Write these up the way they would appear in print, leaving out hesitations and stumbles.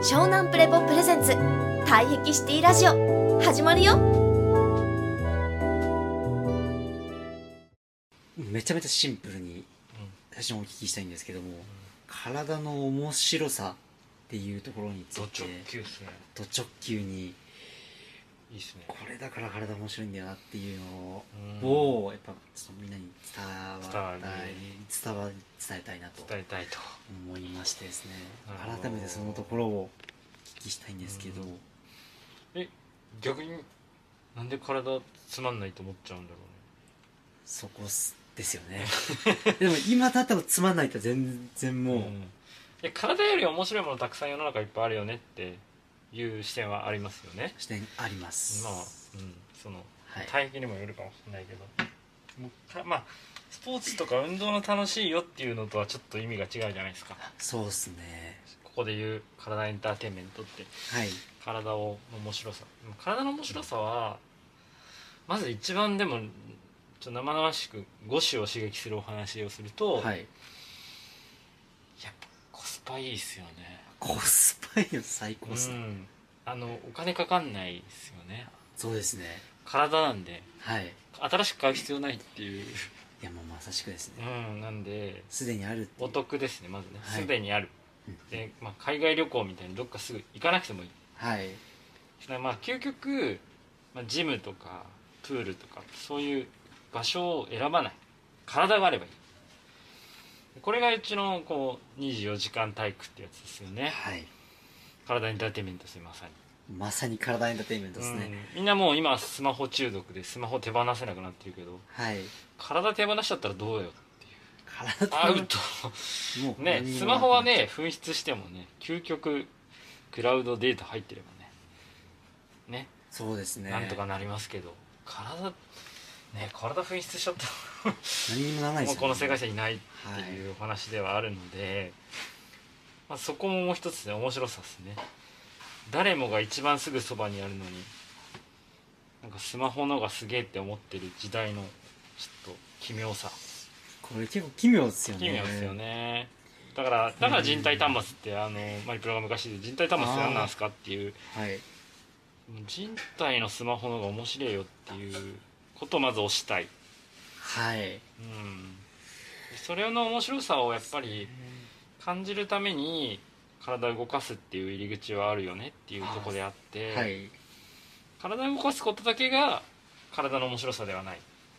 湘南プレポプレゼンツ退癖シティラジオ始まるよ。 めちゃめちゃシンプルに最初にお聞きしたいんですけども、体の面白さっていうところについてド直球っすね。 ド直球にいいっすね。 これだから体面白いんだよなっていうのうんをやっぱちょっとみんなに伝えたいなと伝えたいと。 思いましてですね、 なるほど改めてそのところをお聞きしたいんですけど、 逆になんで体つまんないと思っちゃうんだろそこですよねでも今だったらつまんないと全然もう、 うね。いや体より面白いものたくさん世の中いっぱいあるよねっていう視点はありますよね。 視点あります。 まあ、そのはい体型にもよるかもしれないけど、まあスポーツとか運動の楽しいよっていうのとはちょっと意味が違うじゃないですか。 そうっすね。 ここで言う体エンターテインメントってはい体の面白さ。体の面白さはまず一番でもちょっと生々しく五種を刺激するお話をすると、 はい。 やっぱコスパいいっすよね。 コスパいいの最高っすね。 お金かかんないですよね。 そうですね。 体なんではい。 新しく買う必要ないっていういやもうまさしくですね。 なんですでにあるっていうお得ですね。まずね、 はいすでにある。で、海外旅行みたいにどっかすぐ行かなくてもいい。 はい究極、ジムとかプールとかそういう場所を選ばない。体があればいい。これがうちのこう24時間体育ってやつですよね。 はい体エンターテインメントですよ、まさに。 まさに体エンターテインメントですね。 みんなもう今スマホ中毒でスマホ手放せなくなってるけど、 はい。 体手放しちゃったらどうよっていう体アウトもうね。スマホはね紛失してもね、究極クラウドデータ入ってればねそうですね。 なんとかなりますけど、体紛失しちゃったら何にもならないですよね。 もうこの世界線いないっていうお話ではあるので、そこももう一つね面白さですね。誰もが一番すぐそばにあるのになんかスマホのがすげえって思ってる時代のちょっと奇妙さ。 これ結構奇妙ですよね。 奇妙ですよね。だから人体端末ってマリプロが昔で人体端末って何なんすかっていう、 はい。 人体のスマホのが面白いよっていうことをまず推したい。 はいそれの面白さをやっぱり感じるために体を動かすっていう入り口はあるよねっていうところであって、 はい。 体を動かすことだけが体の面白さではない。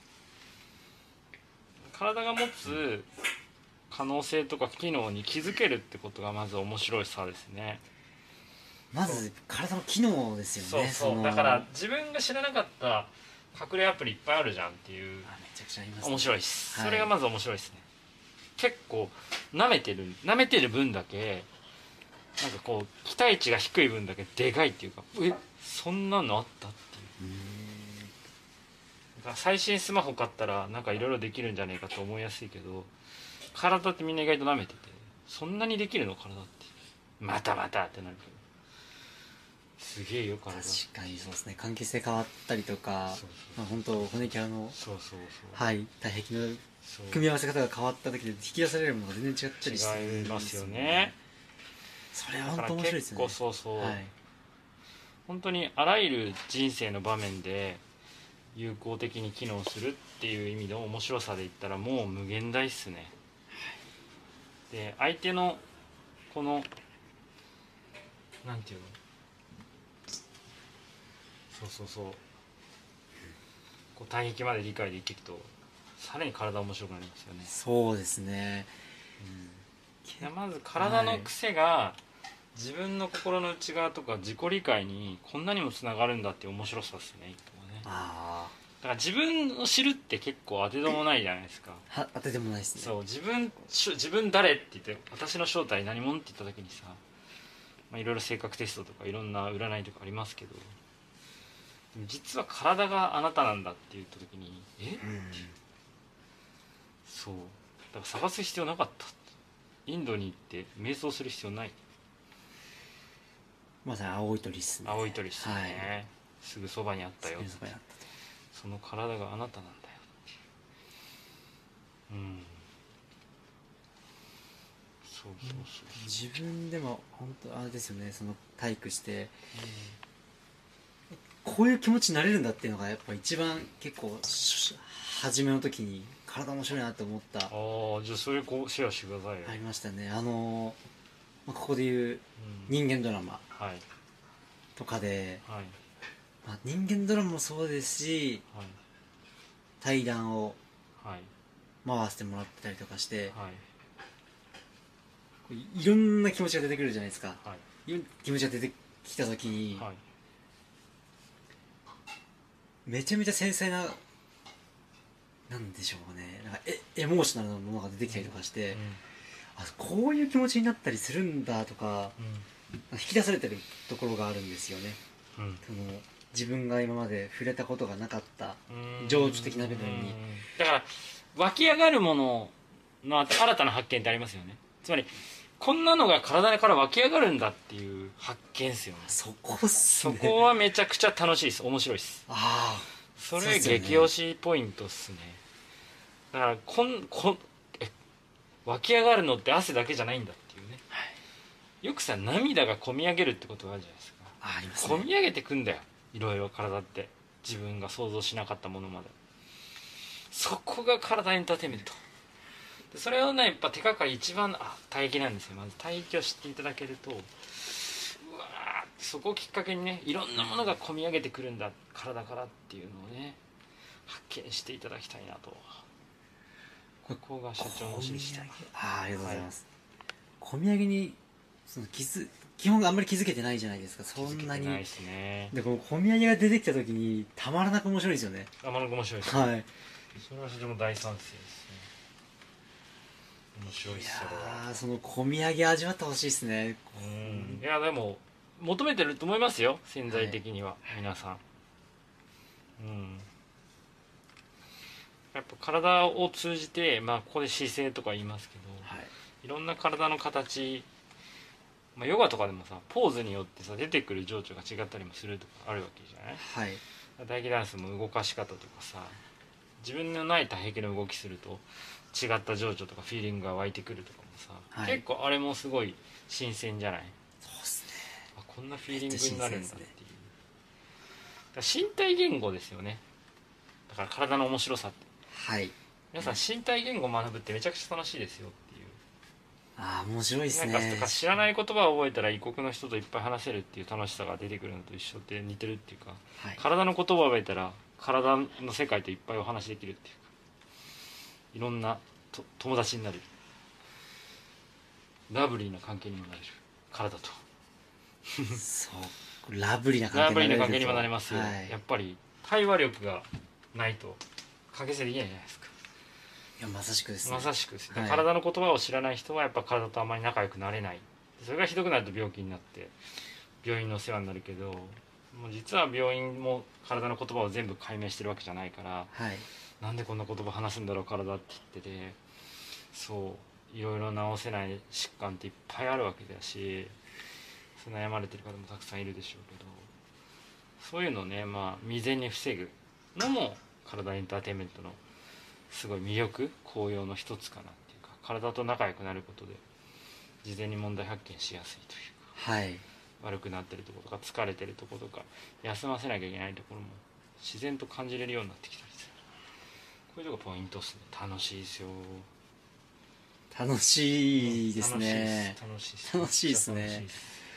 体が持つ可能性とか機能に気づけるってことがまず面白いさですね。 まず体の機能ですよね。 だから自分が知らなかった隠れアプリいっぱいあるじゃんっていう。 めちゃくちゃありますね。 面白いです、 はい、 それがまず面白いですね。結構舐めてる分だけなんかこう期待値が低い分だけでかいっていうか、そんなのあったっていう。だから最新スマホ買ったらなんかいろいろできるんじゃねえかと思いやすいけど、体ってみんな意外と舐めてて、そんなにできるの体って、またまたってなるけど、すげえよ体。 確かにそうですね。関係性変わったりとか、本当骨キャラのはい体壁の組み合わせ方が変わった時で引き出されるものが全然違ったりして違いますよね。 それは本当面白いですよね。 結構はい、 本当にあらゆる人生の場面で有効的に機能するっていう意味の面白さで言ったらもう無限大っすね。で相手のこのなんていうの、こう体壁まで理解できるとさらに体面白くなりますよね。 そうですね、 まず体の癖が自分の心の内側とか自己理解にこんなにもつながるんだっていう面白さですね。だから自分を知るって結構当てどもないじゃないですか。 当てでもないですね。 そう、自分誰って言って私の正体何者って言った時にさ、いろいろ性格テストとかいろんな占いとかありますけど、でも実は体があなたなんだって言った時にそうだから探す必要なかった。インドに行って瞑想する必要ない。 まさに青い鳥っすね。 青い鳥っすね、はい、すぐそばにあったよ。その体があなたなんだよ。そ自分でも本当あれですよね、その体育して、こういう気持ちになれるんだっていうのがやっぱ一番結構初めの時に体面白いなって思った。 ああ、じゃあそれこうシェアしてくださいよ。 ありましたね。ここでいう人間ドラマとかで、 はい、 まあ、人間ドラマもそうですし、 はい、 対談をはい、 回してもらったりとかして、 はい、 いろんな気持ちが出てくるじゃないですか。 はい、 いろんな気持ちが出てきた時に、 はい、 めちゃめちゃ繊細な、なんでしょうね、なんかエモーショナルなものが出てきたりとかして、あ、こういう気持ちになったりするんだとか、引き出されてるところがあるんですよね。その自分が今まで触れたことがなかった情緒的な部分に。 だから湧き上がるものの新たな発見ってありますよね。つまりこんなのが体から湧き上がるんだっていう発見ですよね。 そこっすそね。 こはめちゃくちゃ楽しいです。面白いです。 ああ、 それ激推しポイントっすね。だから湧き上がるのって汗だけじゃないんだっていうね、はい、よくさ涙がこみ上げるってことがあるじゃないですか。 ありますね。 こみ上げてくんだよ、いろいろ体って。自分が想像しなかったものまで。そこが体エンターテインメントで、それをねやっぱ手がかり一番体液なんですよ。まず体液を知っていただけると、うわー、そこをきっかけにね、いろんなものがこみ上げてくるんだ体からっていうのをね発見していただきたいなと。ここが社長の印だな。 ありがとうございます。こみ上げにその基本あんまり気づけてないじゃないですか。そんなに。気づけてないですね。でこのこみ上げが出てきた時にたまらなく面白いですよね。 たまらなく面白いです、 ね。はい。 それは社長も大賛成ですね。面白いっすよ。 いやそのこみ上げ味わってほしいですね。 いやでも求めてると思いますよ、潜在的には、皆さん。やっぱ体を通じて、まあここで姿勢とか言いますけど、いろんな体の形、まあ、ヨガとかでもさポーズによってさ出てくる情緒が違ったりもするとかあるわけじゃない。 はい。 大気ダンスも動かし方とかさ、自分のない体壁の動きすると違った情緒とかフィーリングが湧いてくるとかもさ、結構あれもすごい新鮮じゃない。 そうっすね。 こんなフィーリングになるんだっていう。だから身体言語ですよね。だから体の面白さって。 はい。 皆さん身体言語を学ぶってめちゃくちゃ楽しいですよっていう。 面白いですね。 なんか知らない言葉を覚えたら異国の人といっぱい話せるっていう楽しさが出てくるのと一緒で似てるっていうか、体の言葉を覚えたら体の世界といっぱいお話できるっていうか、いろんな友達になれる、ラブリーな関係にもなれる体と。 そうラブリーな関係にもなれますよ、やっぱり対話力がないと掛け捨てできないじゃないですか。 いやまさしくですね。 まさしくですね、体の言葉を知らない人はやっぱ体とあまり仲良くなれない。それがひどくなると病気になって病院の世話になるけど、もう実は病院も体の言葉を全部解明してるわけじゃないから、なんでこんな言葉話すんだろう体って言ってて、そういろいろ治せない疾患っていっぱいあるわけだし、悩まれてる方もたくさんいるでしょうけど、そういうのをね、まあ未然に防ぐのも体エンターテインメントのすごい魅力効用の一つかなっていうか、体と仲良くなることで事前に問題発見しやすいというか、悪くなってるところとか疲れてるところとか休ませなきゃいけないところも自然と感じれるようになってきたりする。こういうとこポイントですね。楽しいですよ。 楽しいですね。楽しいですね。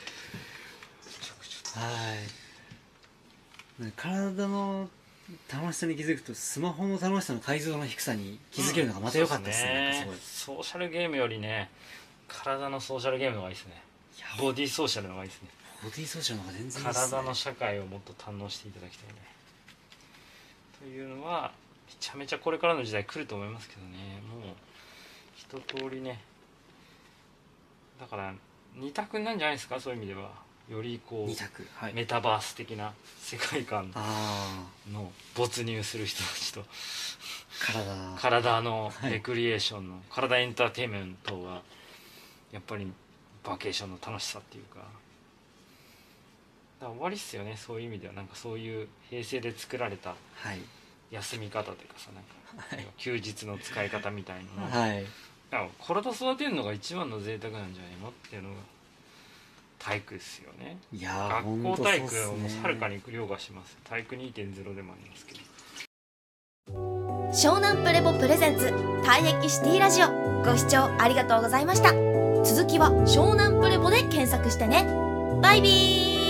体の楽しさに気づくとスマホの楽しさの解像度の低さに気づけるのがまた良かったですね。 ソーシャルゲームよりね、体のソーシャルゲームの方がいいですね。ボディソーシャルの方がいいですね。 ボディソーシャルの方が全然いいですね。 体の社会をもっと堪能していただきたいねというのは、めちゃめちゃこれからの時代来ると思いますけどね。もう一通りね、だから二択なんじゃないですか。そういう意味ではよりこう、メタバース的な世界観の没入する人たちと体のレクリエーションの、体エンターテインメントはやっぱりバケーションの楽しさっていうか、だから終わりっすよね。そういう意味ではなんかそういう平成で作られた休み方というかさ、なんか休日の使い方みたいなのを体育てるのが一番の贅沢なんじゃないのっていうのが体育ですよね。 いやー学校体育をほんとそうっすねはるかに凌駕します。体育 2.0 でもありますけど。 湘南プレボプレゼンツ退役シティラジオ、ご視聴ありがとうございました。続きは湘南プレボで検索してね。バイビー。